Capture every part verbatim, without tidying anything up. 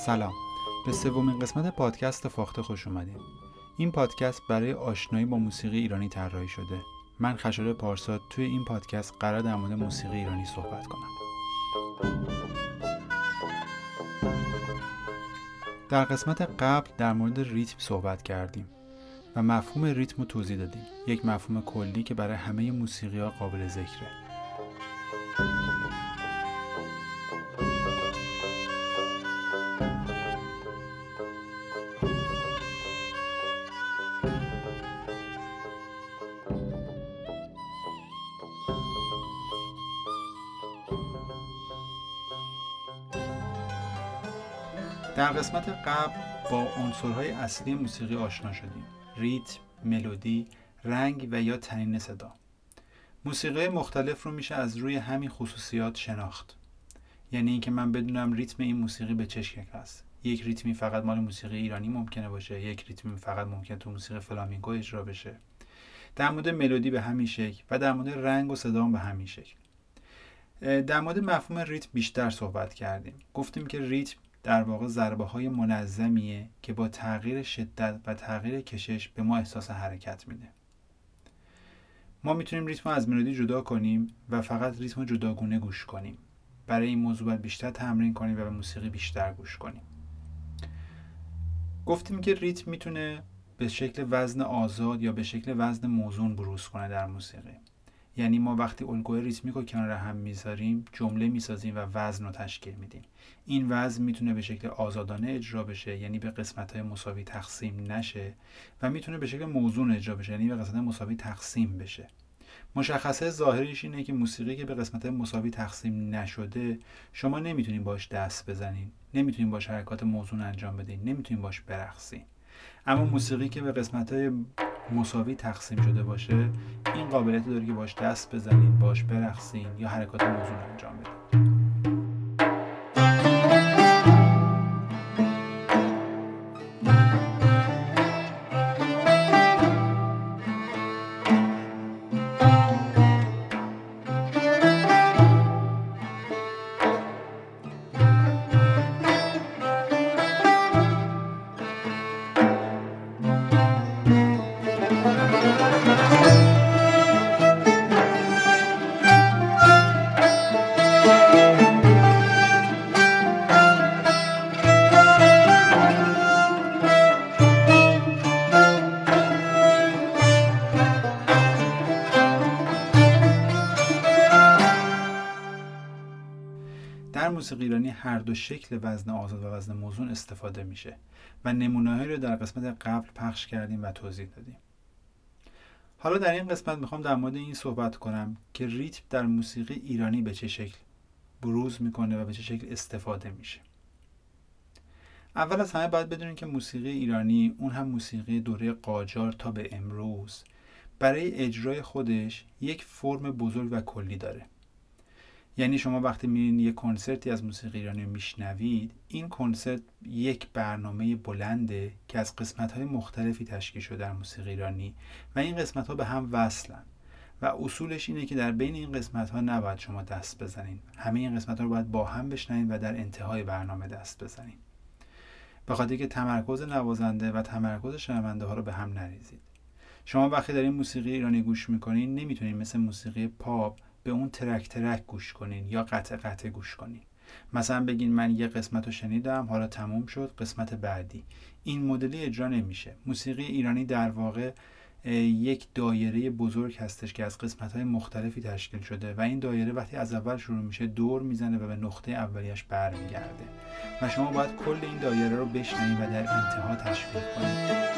سلام، به سومین قسمت پادکست فاخته خوش اومدید. این پادکست برای آشنایی با موسیقی ایرانی طراحی شده. من خشایار پارسا توی این پادکست قرار در مورد موسیقی ایرانی صحبت کنم. در قسمت قبل در مورد ریتم صحبت کردیم و مفهوم ریتم رو توضیح دادیم. یک مفهوم کلی که برای همه موسیقی‌ها قابل ذکره. در قسمت قبل با عنصرهای اصلی موسیقی آشنا شدیم: ریتم، ملودی، رنگ و یا طنین صدا. موسیقی مختلف رو میشه از روی همین خصوصیات شناخت. یعنی اینکه من بدونم ریتم این موسیقی به چه شکل است. یک ریتمی فقط مال موسیقی ایرانی ممکنه باشه، یک ریتمی فقط ممکنه تو موسیقی فلامینگو اجرا بشه. در مورد ملودی به همین شکل و در مورد رنگ و صدا هم به همین شکل. در مورد مفهوم ریتم بیشتر صحبت کردیم. گفتیم که ریتم در واقع ضربه‌های منظمیه که با تغییر شدت و تغییر کشش به ما احساس حرکت میده. ما میتونیم ریتم رو از ملودی جدا کنیم و فقط ریتم رو جداگونه گوش کنیم. برای این موضوع باید بیشتر تمرین کنیم و به موسیقی بیشتر گوش کنیم. گفتیم که ریتم میتونه به شکل وزن آزاد یا به شکل وزن موزون بروز کنه در موسیقی. یعنی ما وقتی الگوی ریتمیک رو کنار هم میذاریم جمله میسازیم و وزن رو تشکیل میدیم. این وزن میتونه به شکل آزادانه اجرا بشه، یعنی به قسمت‌های مساوی تقسیم نشه، و میتونه به شکل موزون اجرا بشه، یعنی به قسمت‌های مساوی تقسیم بشه. مشخصه ظاهریش اینه که موسیقی که به قسمت‌های مساوی تقسیم نشده شما نمیتونین باش دست بزنین، نمیتونین باش حرکات موزون انجام بدین، نمیتونین باش برقصین. اما موسیقی که به قسمت‌های مساوی تقسیم شده باشه این قابلیت داره که باش دست بزنین، باش برقصین یا حرکات موزون انجام بدین. در موسیقی ایرانی هر دو شکل وزن آزاد و وزن موزون استفاده میشه و نمونه‌هایی رو در قسمت قبل پخش کردیم و توضیح دادیم. حالا در این قسمت میخوام در مورد این صحبت کنم که ریتم در موسیقی ایرانی به چه شکل بروز میکنه و به چه شکل استفاده میشه. اول از همه باید بدونید که موسیقی ایرانی، اون هم موسیقی دوره قاجار تا به امروز، برای اجرای خودش یک فرم بزرگ و کلی داره. یعنی شما وقتی میرین یک کنسرتی از موسیقی ایرانی میشنوید، این کنسرت یک برنامه بلنده که از قسمت‌های مختلفی تشکیل شده در موسیقی ایرانی و این قسمت‌ها به هم وصلن و اصولش اینه که در بین این قسمت‌ها نباید شما دست بزنین. همه این قسمت‌ها رو باید با هم بشنوید و در انتهای برنامه دست بزنین. به خاطر که تمرکز نوازنده و تمرکز شنونده ها رو به هم نریزید. شما وقتی دارین موسیقی ایرانی گوش می‌کنین نمیتونین مثل موسیقی پاپ به اون ترک ترک گوش کنین یا قطع قطع گوش کنین. مثلا بگین من یه قسمت رو شنیدم، حالا تموم شد، قسمت بعدی. این مدلی اجرا نمیشه. موسیقی ایرانی در واقع یک دایره بزرگ هستش که از قسمت‌های مختلفی تشکیل شده و این دایره وقتی از اول شروع میشه دور میزنه و به نقطه اولیش برمیگرده و شما باید کل این دایره رو بشنوید و در انتها تشویق کنید.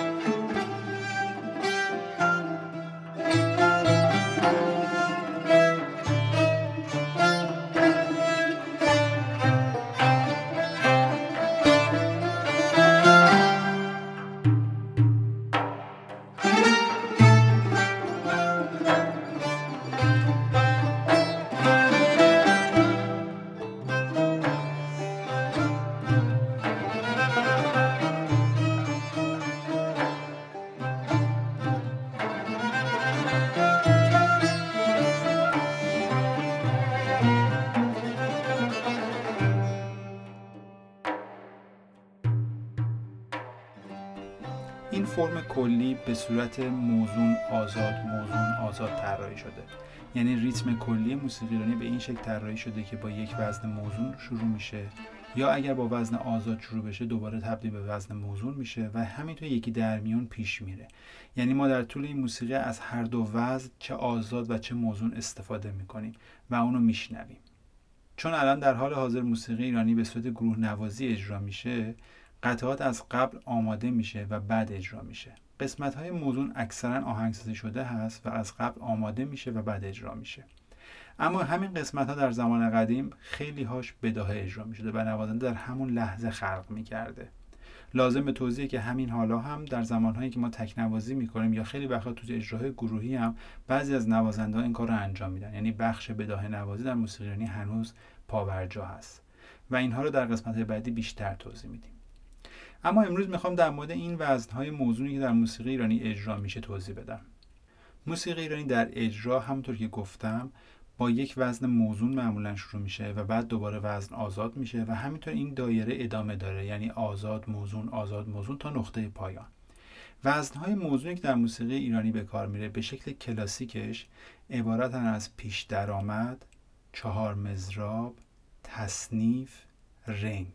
این فرم کلی به صورت موزون آزاد موزون آزاد طراحی شده. یعنی ریتم کلی موسیقی ایرانی به این شکل طراحی شده که با یک وزن موزون شروع میشه، یا اگر با وزن آزاد شروع بشه دوباره تبدیل به وزن موزون میشه و همینطور یکی در میون پیش میره. یعنی ما در طول این موسیقی از هر دو وزن، چه آزاد و چه موزون، استفاده میکنیم و اونو میشنویم. چون الان در حال حاضر موسیقی ایرانی به صورت گروه نوازی اجرا میشه، قطعات از قبل آماده میشه و بعد اجرا میشه. قسمت‌های موزون اکثرا آهنگسازی شده هست و از قبل آماده میشه و بعد اجرا میشه. اما همین قسمت‌ها در زمان قدیم خیلی هاش بداهه اجرا میشده و نوازنده در همون لحظه خلق میکرده. لازم به توضیحه که همین حالا هم در زمانهایی که ما تکنوازی میکنیم یا خیلی وقتا تو اجراهای گروهی هم بعضی از نوازنده‌ها این کار رو انجام میدن. یعنی بخش بداهه نوازی در موسیقی ایرانی هنوز پابرجا هست و اینها رو در قسمت‌های بعدی بیشتر توضیح میدیم. اما امروز میخوام در مورد این وزن‌های موزونی که در موسیقی ایرانی اجرا میشه توضیح بدم. موسیقی ایرانی در اجرا همونطور که گفتم با یک وزن موزون معمولا شروع میشه و بعد دوباره وزن آزاد میشه و همینطور این دایره ادامه داره، یعنی آزاد موزون آزاد موزون تا نقطه پایان. وزن‌های موزونی که در موسیقی ایرانی به کار میره به شکل کلاسیکش عبارتن از پیش درآمد، چهار مضراب، تصنیف، رنگ.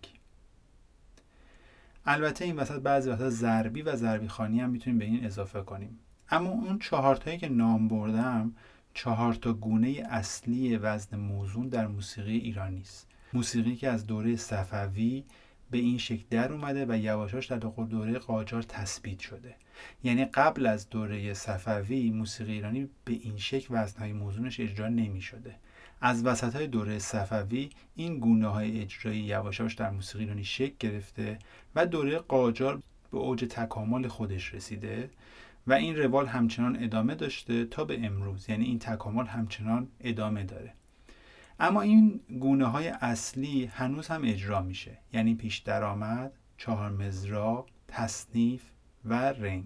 البته این وسط بعضی وقتا ضربی و ضربی خوانی هم میتونیم به این اضافه کنیم. اما اون چهار تایی که نام بردم چهار تا گونه اصلی وزن موزون در موسیقی ایرانی است. موسیقی که از دوره صفوی به این شکل در اومده و یواشاش در دوره قاجار تثبیت شده. یعنی قبل از دوره صفوی موسیقی ایرانی به این شکل وزنهای موزونش اجرا نمی شده. از وسطهای دوره صفوی این گونه‌های اجرایی یواشاش در موسیقی ایرانی شکل گرفته و دوره قاجار به اوج تکامل خودش رسیده و این روال همچنان ادامه داشته تا به امروز. یعنی این تکامل همچنان ادامه داره. اما این گونه‌های اصلی هنوز هم اجرا میشه، یعنی پیش درآمد، چهار مضراب، تصنیف و رنگ.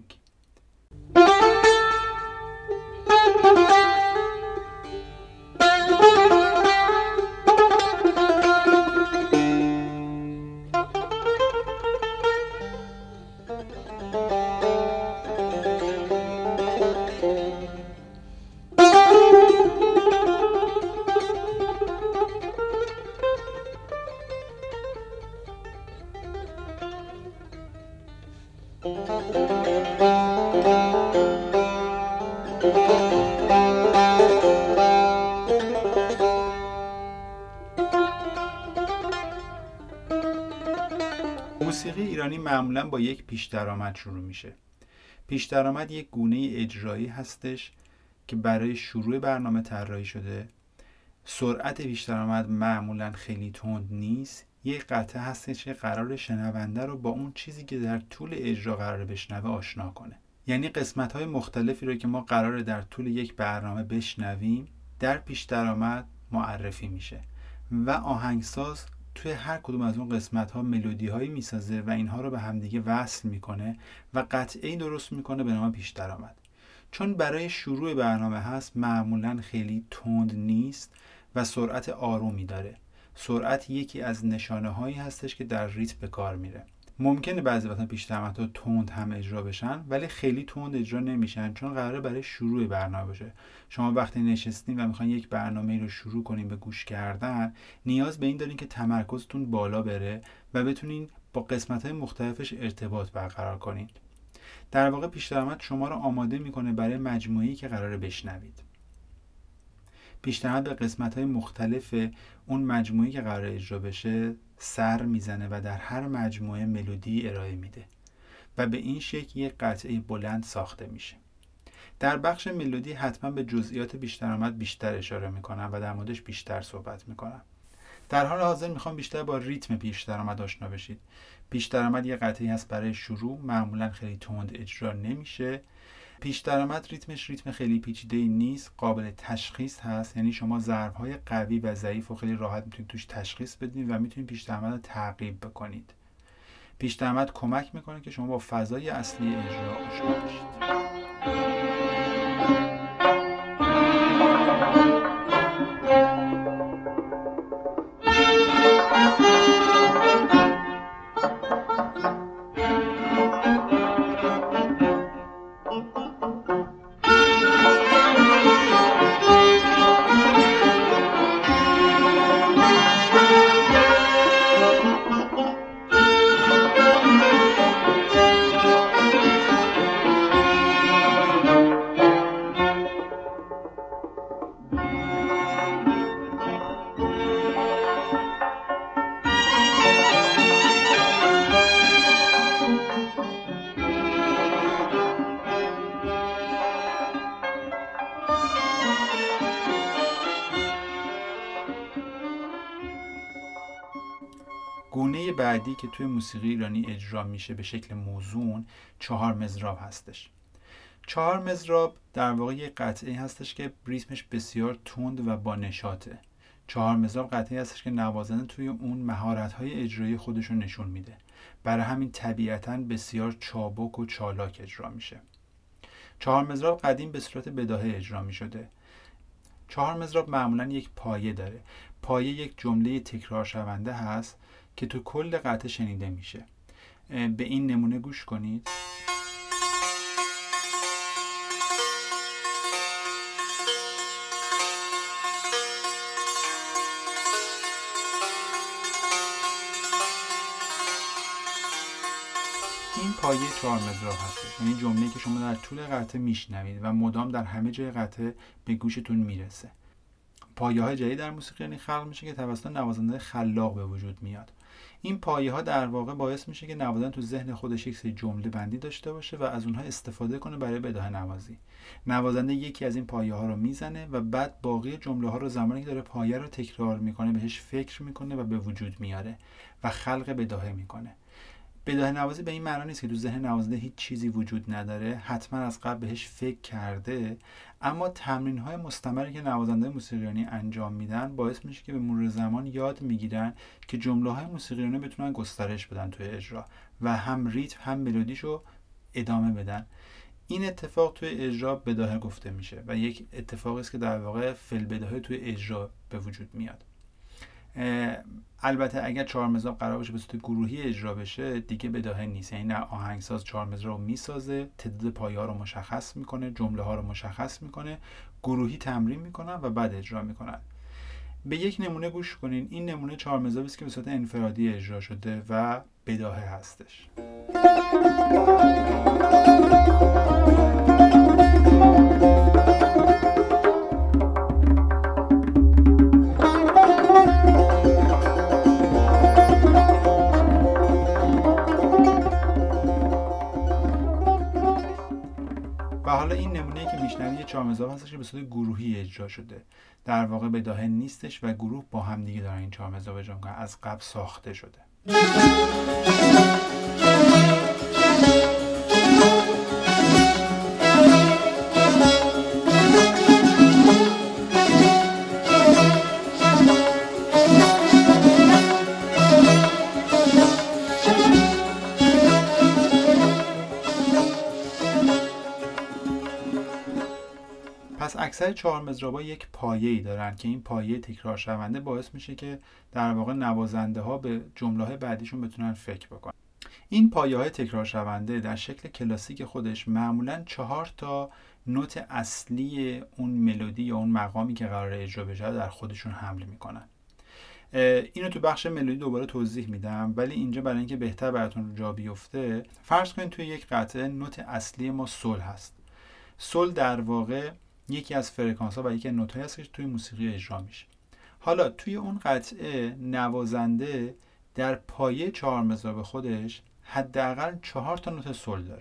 موسیقی ایرانی معمولا با یک پیش درآمد شروع میشه. پیش درآمد یک گونه اجرایی هستش که برای شروع برنامه طراحی شده. سرعت پیش درآمد معمولا خیلی تند نیست. یک قطعه هستش که قرار شنونده رو با اون چیزی که در طول اجرا قراره بشنوه آشنا کنه. یعنی قسمت‌های مختلفی رو که ما قراره در طول یک برنامه بشنویم در پیش درآمد معرفی میشه و آهنگساز توی هر کدوم از اون قسمت‌ها ملودی‌هایی میسازه و اینها رو به همدیگه وصل میکنه و قطعه‌ای درست میکنه به نام پیش درآمد. چون برای شروع برنامه هست معمولاً خیلی تند نیست و سرعت آرومی داره. سرعت یکی از نشانه‌هایی هستش که در ریتم به کار میره. ممکنه بعضی وقتا پیش درآمدها تند هم اجرا بشن ولی خیلی تند اجرا نمیشن چون قراره برای شروع برنامه باشه. شما وقتی نشستین و میخواین یک برنامه رو شروع کنین به گوش کردن، نیاز به این دارین که تمرکزتون بالا بره و بتونین با قسمت‌های مختلفش ارتباط برقرار کنین. در واقع پیش درآمد شما رو آماده میکنه برای مجموعه‌ای که قراره بشنوید. پیش درآمد به قسمت‌های مختلف اون مجموعه‌ای که قراره اجرا بشه سر میزنه و در هر مجموعه ملودی ارائه میده و به این شکل یک قطعه بلند ساخته میشه. در بخش ملودی حتما به جزئیات پیش درآمد بیشتر اشاره میکنم و در موردش بیشتر صحبت میکنم. در حال حاضر میخوام بیشتر با ریتم پیش درآمد آشنا بشید. پیش درآمد یک قطعه‌ای هست برای شروع، معمولا خیلی تند اجرا نمیشه. پیش درآمد ریتمش ریتم خیلی پیچیده‌ای نیست، قابل تشخیص هست. یعنی شما ضرب‌های قوی و ضعیف رو خیلی راحت میتونید توش تشخیص بدید و میتونید پیش درآمد رو تعقیب بکنید. پیش درآمد کمک میکنه که شما با فضای اصلی اجرا آشنا بشید. بعدی که توی موسیقی ایرانی اجرا میشه به شکل موزون چهار مضراب هستش. چهار مضراب در واقع یک قطعه هستش که ریتمش بسیار تند و با نشاطه. چهار مضراب قطعه هستش که نوازنده توی اون مهارت‌های اجرایی خودش رو نشون میده. برای همین طبیعتاً بسیار چابک و چالاک اجرا میشه. چهار مضراب قدیم به صورت بداهه اجرا میشده. چهار مضراب معمولاً یک پایه داره. پایه یک جمله تکرار شونده هست که تو کل قطعه شنیده میشه. به این نمونه گوش کنید. این پایه چهار مضراب هست، یعنی جمله‌ای که شما در طول قطعه میشنوید و مدام در همه جای قطعه به گوشتون میرسه. پایه‌های جدید در موسیقی ایرانی خلق میشه که توسط نوازنده خلاق به وجود میاد. این پایه‌ها در واقع باعث میشه که نوازنده تو ذهن خودش یک سری جمله بندی داشته باشه و از اونها استفاده کنه برای بداهه نوازی. نوازنده یکی از این پایه‌ها رو میزنه و بعد باقی جمله‌ها رو زمانی که داره پایه رو تکرار میکنه بهش فکر میکنه و به وجود میاره و خلق بداهه میکنه. بداهه نوازی به این معنا نیست که تو ذهن نوازنده هیچ چیزی وجود نداره، حتما از قبل بهش فکر کرده، اما تمرین‌های مستمری که نوازنده موسیقیانی انجام میدن باعث میشه که به مرور زمان یاد میگیرن که جمله‌های موسیقیانی بتونن گسترش بدن توی اجرا و هم ریتم هم ملودیشو ادامه بدن. این اتفاق توی اجرا بداهه گفته میشه و یک اتفاقی است که در واقع فل بداهه توی اجرا به وجود میاد. البته اگر چهار مضراب قرار باشه به صورت گروهی اجرا بشه دیگه بداهه نیست، یعنی نه آهنگساز چهار مضراب رو میسازه، تعداد پایه‌ها رو مشخص میکنه، جمله ها رو مشخص میکنه، گروهی تمرین میکنن و بعد اجرا میکنن. به یک نمونه گوش کنین. این نمونه چهار مضرابی است که به صورت انفرادی اجرا شده و بداهه هستش. و حالا این نمونه‌ای که میشنوید چهار مضراب هستش که به صورت گروهی اجرا شده. در واقع بداهه نیستش و گروه با هم دیگه دارن این چهار مضراب اجرا میکنن، از قبل ساخته شده. پس اکثر چهار مضراب‌ها یک پایه‌ای دارن که این پایه تکرار شونده باعث میشه که در واقع نوازنده‌ها به جمله‌های بعدیشون بتونن فکر بکنن. این پایه‌های تکرار شونده در شکل کلاسیک خودش معمولاً چهار تا نوت اصلی اون ملودی یا اون مقامی که قراره اجرا بشه در خودشون حمل میکنن. اینو تو بخش ملودی دوباره توضیح میدم، ولی اینجا برای اینکه بهتر براتون جا بیفته فرض کنید توی یک قطعه نوت اصلی ما سل هست. سل در واقع یکی از فرکانس ها و یکی از نوت هایی هست که توی موسیقی اجرا میشه. حالا توی اون قطعه نوازنده در پایه چهار مضراب خودش حداقل چهار تا نوت سل داره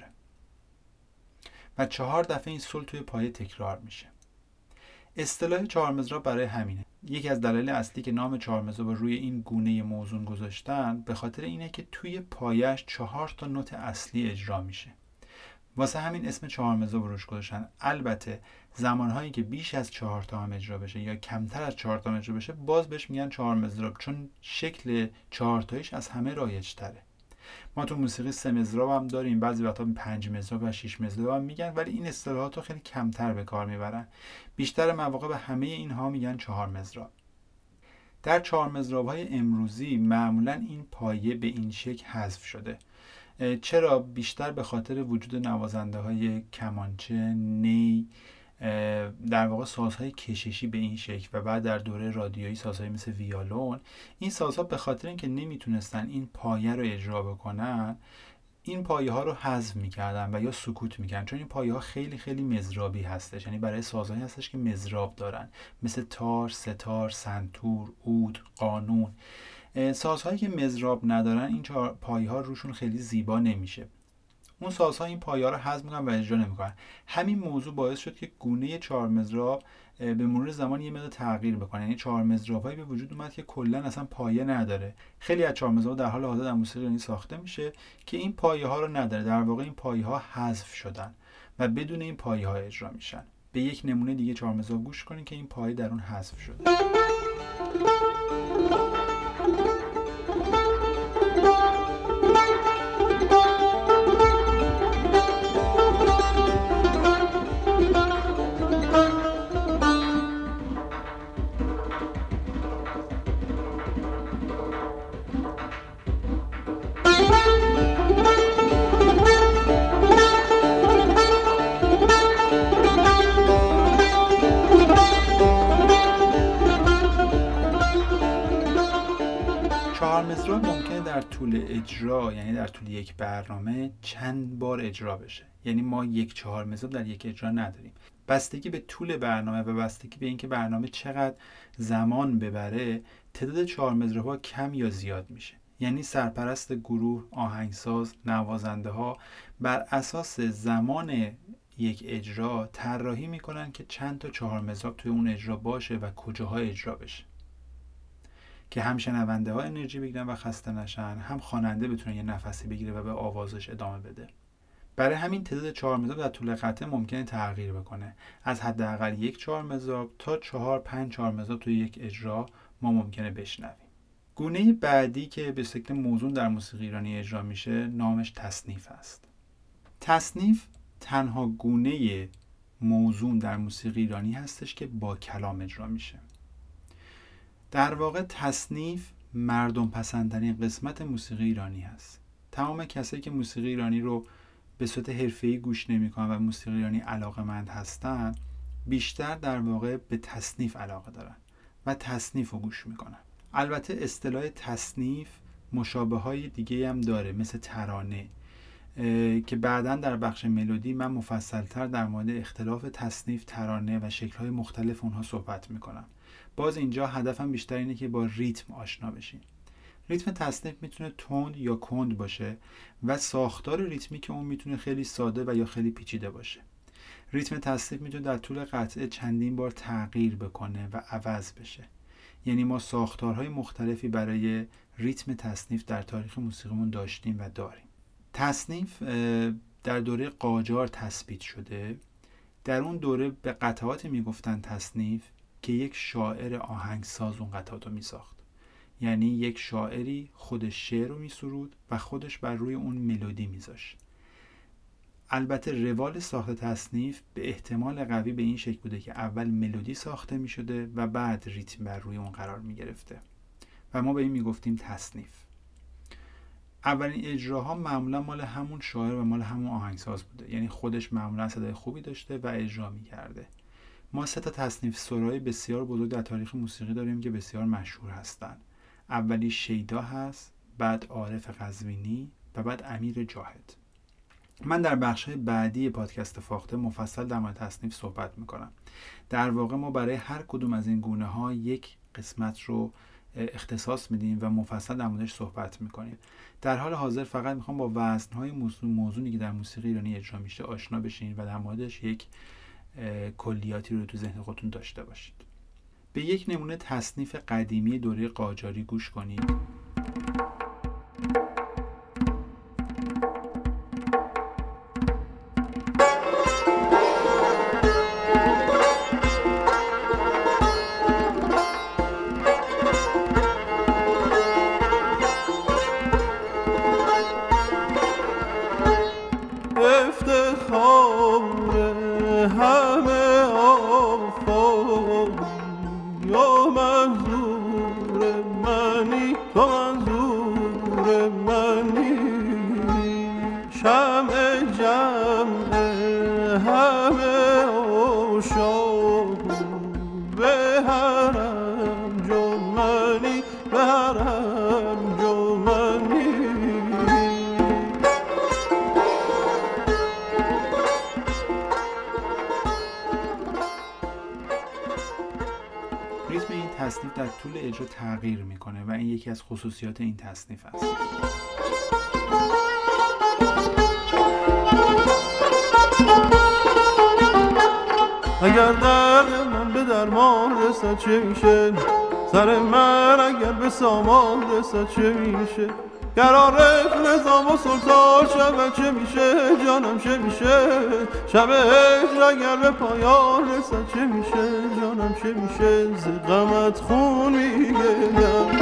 و چهار دفعه این سل توی پایه تکرار میشه. اصطلاح چهار مضراب برای همینه. یکی از دلایل اصلی که نام چهار مضراب روی این گونه موزون گذاشتن به خاطر اینه که توی پایه‌اش چهار تا نوت اصلی اجرا میشه. واسه همین اسم چهار مضراب روش گذاشتن. البته زمانهایی که بیش از چهار تا هم اجرا بشه یا کمتر از چهار تا هم اجرا بشه باز بهش میگن چهار مضراب، چون شکل چهار تاییش از همه رایج تره. ما تو موسیقی سه مضراب هم داریم، بعضی وقتا پنج مضراب و شش مضراب هم میگن، ولی این اصطلاحات رو خیلی کمتر به کار میبرن. بیشتر مواقع به همه اینها میگن چهار مضراب. در چهار مضراب های امروزی معمولا این پایه به این شکل حذف شده. چرا؟ بیشتر به خاطر وجود نوازنده های کمانچه، نی، در واقع سازهای کششی به این شکل و بعد در دوره رادیویی سازهای مثل ویولون. این سازها به خاطر اینکه نمیتونستن این پایه رو اجرا بکنن این پایه ها رو حذف میکردن و یا سکوت میکردن، چون این پایه ها خیلی خیلی مضرابی هستش، یعنی برای سازهایی هستش که مضراب دارن مثل تار، ستار، سنتور، عود، قانون. سازهایی که مضراب ندارن این پایه ها روشون خیلی زیبا نمیشه. اون سازها این پایه‌ها رو حذف می‌کنن و اجرا نمی‌کنن. همین موضوع باعث شد که گونه چهار مضراب به مرور زمان یه مقدار تغییر بکنه. یعنی چهار مضرابایی به وجود اومد که کلا اصلا پایه نداره. خیلی از چهار مضراب در حال حاضر در موسیقی ایرانی ساخته میشه که این پایه‌ها رو نداره. در واقع این پایه‌ها حذف شدن و بدون این پایه‌ها اجرا میشن. به یک نمونه دیگه چهار مضراب گوش کنین که این پایه در اون حذف شده. مضراب ممکنه در طول اجرا، یعنی در طول یک برنامه، چند بار اجرا بشه. یعنی ما یک چهار مضراب در یک اجرا نداریم. بستگی به طول برنامه و بستگی به اینکه برنامه چقدر زمان ببره، تعداد چهار مضراب‌ها کم یا زیاد میشه. یعنی سرپرست گروه، آهنگساز، نوازنده ها بر اساس زمان یک اجرا طراحی میکنن که چند تا چهار مضراب توی اون اجرا باشه و کجاها اجرا بشه، که هم شنونده ها انرژی بگیرن و خسته نشن، هم خواننده بتونه یه نفسی بگیره و به آوازش ادامه بده. برای همین تعداد چهار مضراب در طول قطعه ممکنه تغییر بکنه. از حداقل یک چهار مضراب تا چهار پنج چهار مضراب توی یک اجرا ما ممکنه بشنویم. گونه بعدی که به شکل موزون در موسیقی ایرانی اجرا میشه نامش تصنیف است. تصنیف تنها گونه موزون در موسیقی ایرانی هستش که با کلام اجرا میشه. در واقع تصنیف مردم پسندترین قسمت موسیقی ایرانی هست. تمام کسایی که موسیقی ایرانی رو به صورت حرفه‌ای گوش نمی‌کنن و موسیقی ایرانی علاقه‌مند هستن، بیشتر در واقع به تصنیف علاقه دارن و تصنیف رو گوش میکنن. البته اصطلاح تصنیف مشابه‌های دیگه هم داره، مثل ترانه، که بعداً در بخش ملودی من مفصل‌تر در مورد اختلاف تصنیف، ترانه و شکل‌های مختلف اونها صحبت میکنم. باز اینجا هدفم بیشتر اینه که با ریتم آشنا بشین. ریتم تصنیف میتونه تند یا کند باشه و ساختار ریتمی که اون میتونه خیلی ساده و یا خیلی پیچیده باشه. ریتم تصنیف میتونه در طول قطعه چندین بار تغییر بکنه و عوض بشه. یعنی ما ساختارهای مختلفی برای ریتم تصنیف در تاریخ موسیقیمون داشتیم و داریم. تصنیف در دوره قاجار تثبیت شده. در اون دوره به قطعات میگفتن تصنیف که یک شاعر آهنگساز اون قطعات رو میساخت. یعنی یک شاعری خودش شعر رو میسرود و خودش بر روی اون ملودی میذاشت. البته روال ساخت تصنیف به احتمال قوی به این شکل بوده که اول ملودی ساخته میشده و بعد ریتم بر روی اون قرار میگرفته و ما به این میگفتیم تصنیف. اولین اجراها معمولا مال همون شاعر و مال همون آهنگساز بوده. یعنی خودش معمولا صدای خوبی داشته و اجرا میکرده. ما سه تا تصنیف سرای بسیار بزرگ در تاریخ موسیقی داریم که بسیار مشهور هستن. اولی شیدا هست، بعد عارف قزوینی و بعد امیر جاهد. من در بخش‌های بعدی پادکست فاخته مفصل در مورد تصنیف صحبت میکنم. در واقع ما برای هر کدوم از این گونه‌ها یک قسمت رو اختصاص میدیم و مفصل در موردش صحبت میکنیم. در حال حاضر فقط میخوام با وزن‌های موزونی که در موسیقی ایرانی اجرا میشه آشنا بشین و در موردش یک کلیاتی رو تو ذهن خودتون داشته باشید. به یک نمونه تصنیف قدیمی دوره قاجاری گوش کنید. ریتم این تصنیف در طول اجرا تغییر میکنه و این یکی از خصوصیات این تصنیف است. رسد چه میشه؟ سر من اگر به سامان رسد چه میشه؟ قرار نظام و سلطان شب چه میشه؟ جانم چه میشه؟ شب هجر اگر به پایان رسد چه میشه؟ جانم چه میشه؟ ز غمت خون میگریم،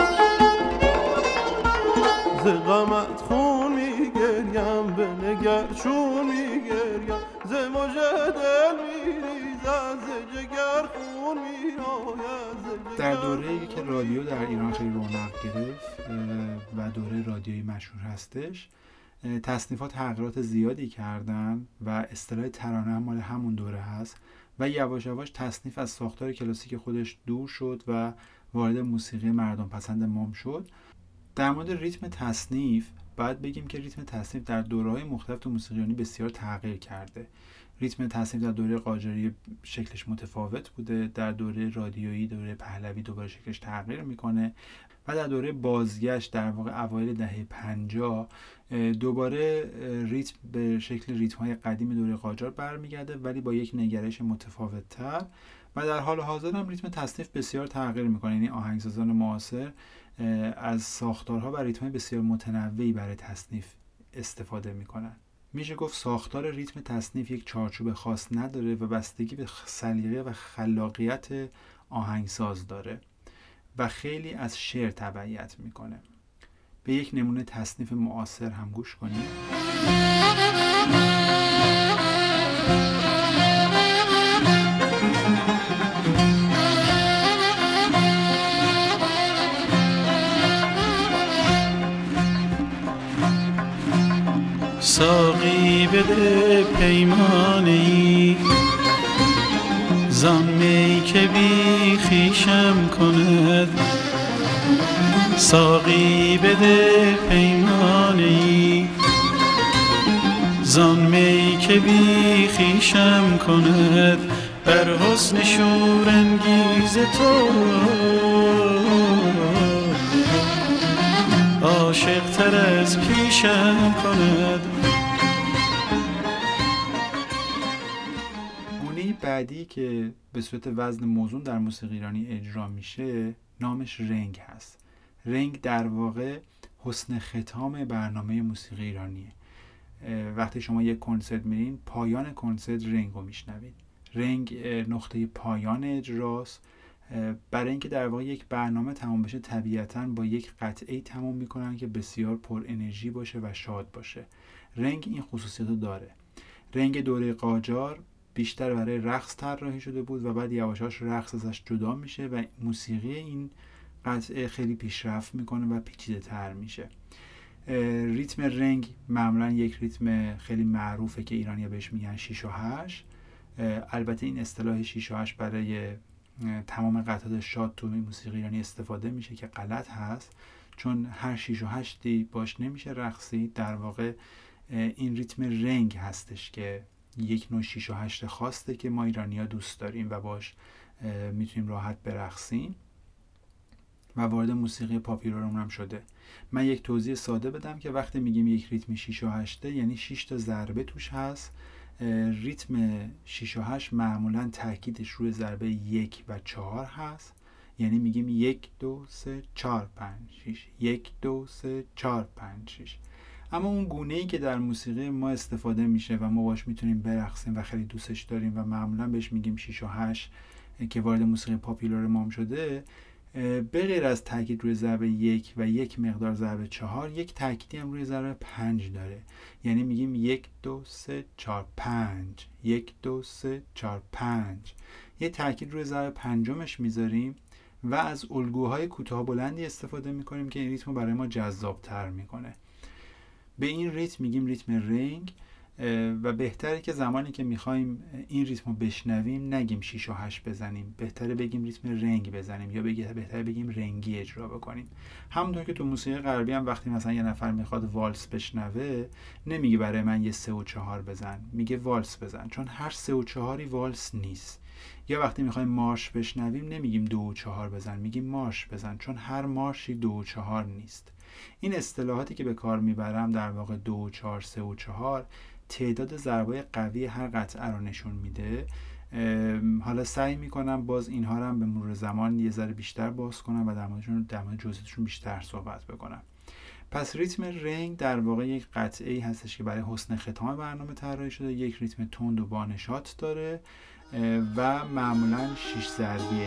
ز غمت خون میگریم، به نگر چون میگریم، ز مژه دل میریزد، ز جگر خون میآید. در دوره‌ای که رادیو در ایران خیلی رونق گرفت و دوره رادیویی مشهور هستش، تصنیفات تغییرات زیادی کردن و اصطلاح ترانه هم مال همون دوره هست و یواش یواش تصنیف از ساختار کلاسیک خودش دور شد و وارد موسیقی مردم پسند مام شد. در مورد ریتم تصنیف باید بگیم که ریتم تصنیف در دوره‌های مختلف تو موسیقی ایرانی بسیار تغییر کرده. ریتم تصنیف در دوره قاجاری شکلش متفاوت بوده، در دوره رادیویی، دوره پهلوی دوباره شکلش تغییر میکنه و در دوره بازگشت در واقع اوایل دهه پنجاه دوباره ریتم به شکل ریتم‌های قدیم دوره قاجار برمیگرده ولی با یک نگرش متفاوت‌تر و در حال حاضر هم ریتم تصنیف بسیار تغییر میکنه. یعنی آهنگسازان معاصر از ساختارها و ریتم‌های بسیار متنوعی برای تصنیف استفاده میکنن. میشه گفت ساختار ریتم تصنیف یک چارچوب خاص نداره و بستگی به سلیقه و خلاقیت آهنگساز داره و خیلی از شعر تبعیت میکنه. به یک نمونه تصنیف معاصر هم گوش کنیم. ساقی بده پیمانی زان می که بی خویشم کند، ساقی بده پیمانی زان می که بی خویشم کند، بر حسن شورانگیز تو عاشق تر از پیشم کند. گونه بعدی که به صورت وزن موزون در موسیقی ایرانی اجرا میشه نامش رنگ هست. رنگ در واقع حسن ختام برنامه موسیقی ایرانیه. وقتی شما یک کنسرت میرین پایان کنسرت رنگ رو میشنوید. رنگ نقطه پایان اجراست. برای اینکه در واقع یک برنامه تمام بشه طبیعتاً با یک قطعه تمام میکنن که بسیار پر انرژی باشه و شاد باشه. رنگ این خصوصیت رو داره. رنگ دوره قاجار بیشتر برای رقص طراحی شده بود و بعد یواشاش رقص ازش جدا میشه و موسیقی این قطعه خیلی پیشرفت میکنه و پیچیده تر میشه. ریتم رنگ معمولا یک ریتم خیلی معروفه که ایرانی‌ها بهش میگن شیش و هشت. البته این اصطلاح شیش و هشت برای تمام قطعات شاد تو موسیقی ایرانی استفاده میشه که غلط هست، چون هر شیش و هشتی باش نمیشه رقصی. در واقع این ریتم رنگ هستش که یک نوع شیش و هشت خاصه که ما ایرانی‌ها دوست داریم و باش میتونیم راحت برقصیم و وارد موسیقی پاپ ایران هم شده. من یک توضیح ساده بدم که وقتی میگیم یک ریتم شیش و هشت یعنی شش تا ضربه توش هست. ریتم شیش و هشت معمولا تاکیدش روی ضربه یک و چهار هست، یعنی میگیم یک دو سه چهار پنج شش، یک دو سه چهار پنج شش. اما اون گونه‌ای که در موسیقی ما استفاده میشه و ما باش میتونیم برقصیم و خیلی دوستش داریم و معمولا بهش میگیم شیش و هشت که وارد موسیقی پاپولار ما شده، به غیر از تاکید روی ضربه یک و یک مقدار ضربه چهار، یک تاکیدی هم روی ضربه پنج داره. یعنی میگیم یک دو سه چهار پنج، یک دو سه چهار پنج. یه تاکید روی ضربه پنجمش میذاریم و از الگوهای کوتاه بلندی استفاده میکنیم که این ریتم رو برای ما جذابتر میکنه. به این ریتم میگیم ریتم رنگ و بهتره که زمانی که میخوایم این ریتم رو بشنویم نگیم شیش و هشت بزنیم، بهتره بگیم ریتم رنگ بزنیم یا بهتره بگیم رنگی اجرا بکنیم. همونطور که تو موسیقی غربی هم وقتی مثلا یه نفر میخواد والس بشنوه نمیگه برای من یه سه و چهار بزن، میگه والس بزن، چون هر سه و چهاری والس نیست. یا وقتی میخوایم مارش بشنویم نمیگیم دو و چهار بزن، میگیم مارش بزن، چون هر مارشی دو و چهار نیست. این اصطلاحاتی که به کار میبرم در واقع دو و چهار، سه و چهار تعداد ضربای قوی هر قطعه رو نشون میده حالا سعی میکنم باز اینها رو هم به مرور زمان یه ذره بیشتر باز کنم و در موردشون در مورد جزئیاتشون بیشتر صحبت بکنم. پس ریتم رنگ در واقع یک قطعه‌ای هستش که برای حسن ختام برنامه طراحی شده. یک ریتم تند و بانشات داره و معمولاً شش ضربیه.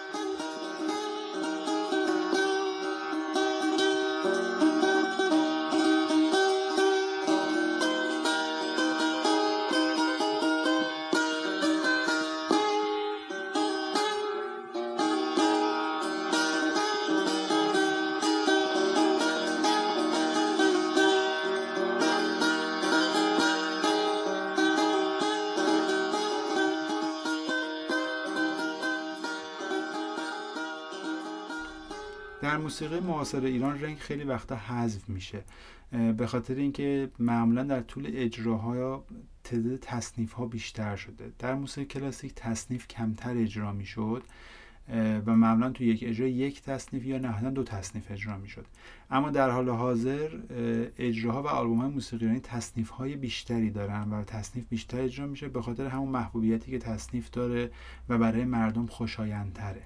در موسیقی معاصر ایران رنگ خیلی وقتا حذف میشه به خاطر اینکه معمولا در طول اجراها تعداد تصنیف ها بیشتر شده. در موسیقی کلاسیک تصنیف کمتر اجرا میشد و معمولا تو یک اجرا یک تصنیف یا نهایتا دو تصنیف اجرا میشد. اما در حال حاضر اجراها و آلبوم های موسیقی ایرانی تصنیف های بیشتری دارن و تصنیف بیشتر اجرا میشه به خاطر همون محبوبیتی که تصنیف داره و برای مردم خوشایندتره.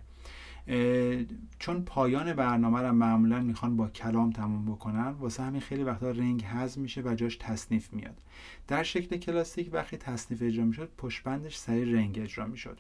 چون پایان برنامه رو معمولا میخوان با کلام تموم بکنن، واسه همین خیلی وقتا رنگ حذف میشه و جاش تصنیف میاد. در شکل کلاسیک وقتی تصنیف اجرا میشد پشت بندش سری رنگ اجرا میشد.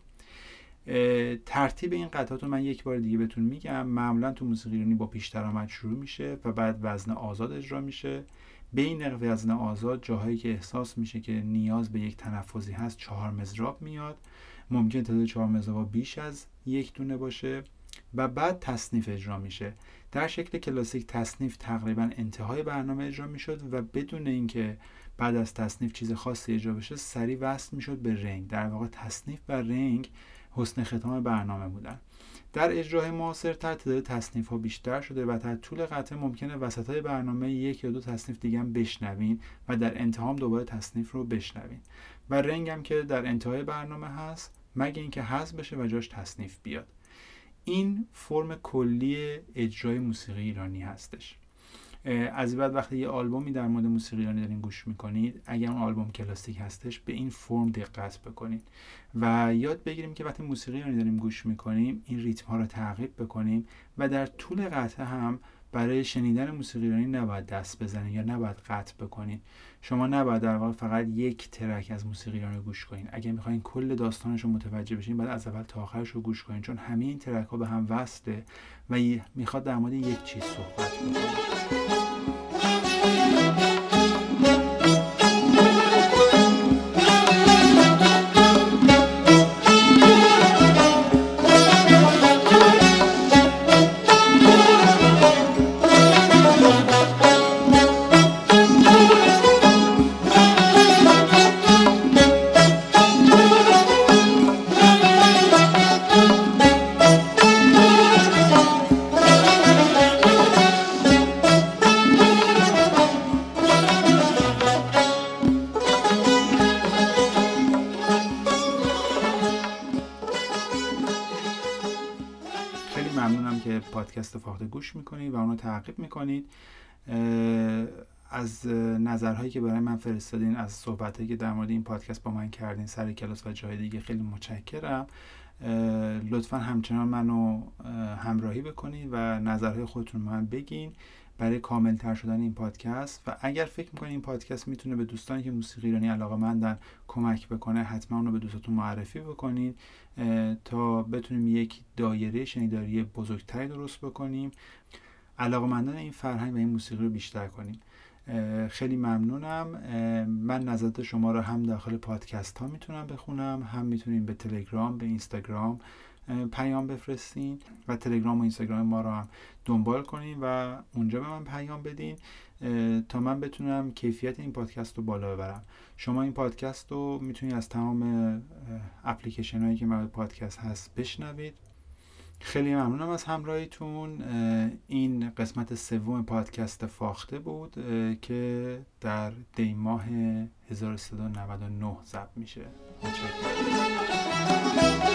ترتیب این قطعات رو من یک بار دیگه بهتون میگم. معمولا تو موسیقی ایرانی با پیش درآمد شروع میشه و بعد وزن آزاد اجرا میشه. بین وزن آزاد جاهایی که احساس میشه که نیاز به یک تنفسی هست چهار مضراب میاد. ممکن تعداد چهار مضراب بیش از یک دونه باشه و بعد تصنیف اجرا میشه. در شکل کلاسیک تصنیف تقریبا انتهای برنامه اجرا میشد و بدون اینکه بعد از تصنیف چیز خاصی اجرا بشه سریع وصل میشد به رنگ. در واقع تصنیف و رنگ حسن ختام برنامه بودن. در اجرای معاصر تعداد تصنیف ها بیشتر شده و در طول قطعه ممکنه وسط های برنامه یک یا دو تصنیف دیگه هم بشنوین و در انتها هم دوباره تصنیف رو بشنوین و رنگ هم که در انتهای برنامه هست مگه اینکه حذف بشه و جاش تصنیف بیاد. این فرم کلی اجرای موسیقی ایرانی هستش. از این بعد وقتی یه آلبومی در مورد موسیقی ایرانی دارین گوش میکنید، اگر اون آلبوم کلاسیک هستش به این فرم دقت بکنید و یاد بگیریم که وقتی موسیقی ایرانی داریم گوش میکنیم این ریتم ها رو تعقیب بکنیم و در طول قطعه هم برای شنیدن موسیقی ایرانی نباید دست بزنید یا نباید قطع بکنید. شما نباید در واقع فقط یک ترک از موسیقی ایرانی گوش کنید. اگه میخواین کل داستانش رو متوجه بشین باید از اول تا آخرش رو گوش کنید، چون همه این ترک ها به هم وصله و میخواد در مورد یک چیز صحبت بکنه. پادکست فاخته گوش میکنید و اونو تعقیب میکنید. از نظرهایی که برای من فرستادین، از صحبتایی که در مورد این پادکست با من کردین سر کلاس و جای دیگه خیلی متشکرم. لطفا همچنان منو همراهی بکنید و نظرهای خودتون من بگین برای کامل تر شدن این پادکست. و اگر فکر میکنید این پادکست میتونه به دوستانی که موسیقی ایرانی علاقه‌مندن کمک بکنه، حتما اونو به دوستاتون معرفی بکنید تا بتونیم یک دایره شنیداری بزرگتری درست بکنیم، علاقه‌مندان این فرهنگ و این موسیقی رو بیشتر کنیم. خیلی ممنونم. من نظرات شما رو هم داخل پادکست ها میتونم بخونم، هم میتونیم به تلگرام، به اینستاگرام پیام بفرستین و تلگرام و اینستاگرام ما رو هم دنبال کنین و اونجا به من پیام بدین تا من بتونم کیفیت این پادکست رو بالا ببرم. شما این پادکست رو میتونید از تمام اپلیکیشن هایی که مربوط پادکست هست بشنوید. خیلی ممنونم از همراهیتون. این قسمت سوم پادکست فاخته بود که در دی ماه هزار و سیصد و نود و نه ضبط میشه. متشکرم.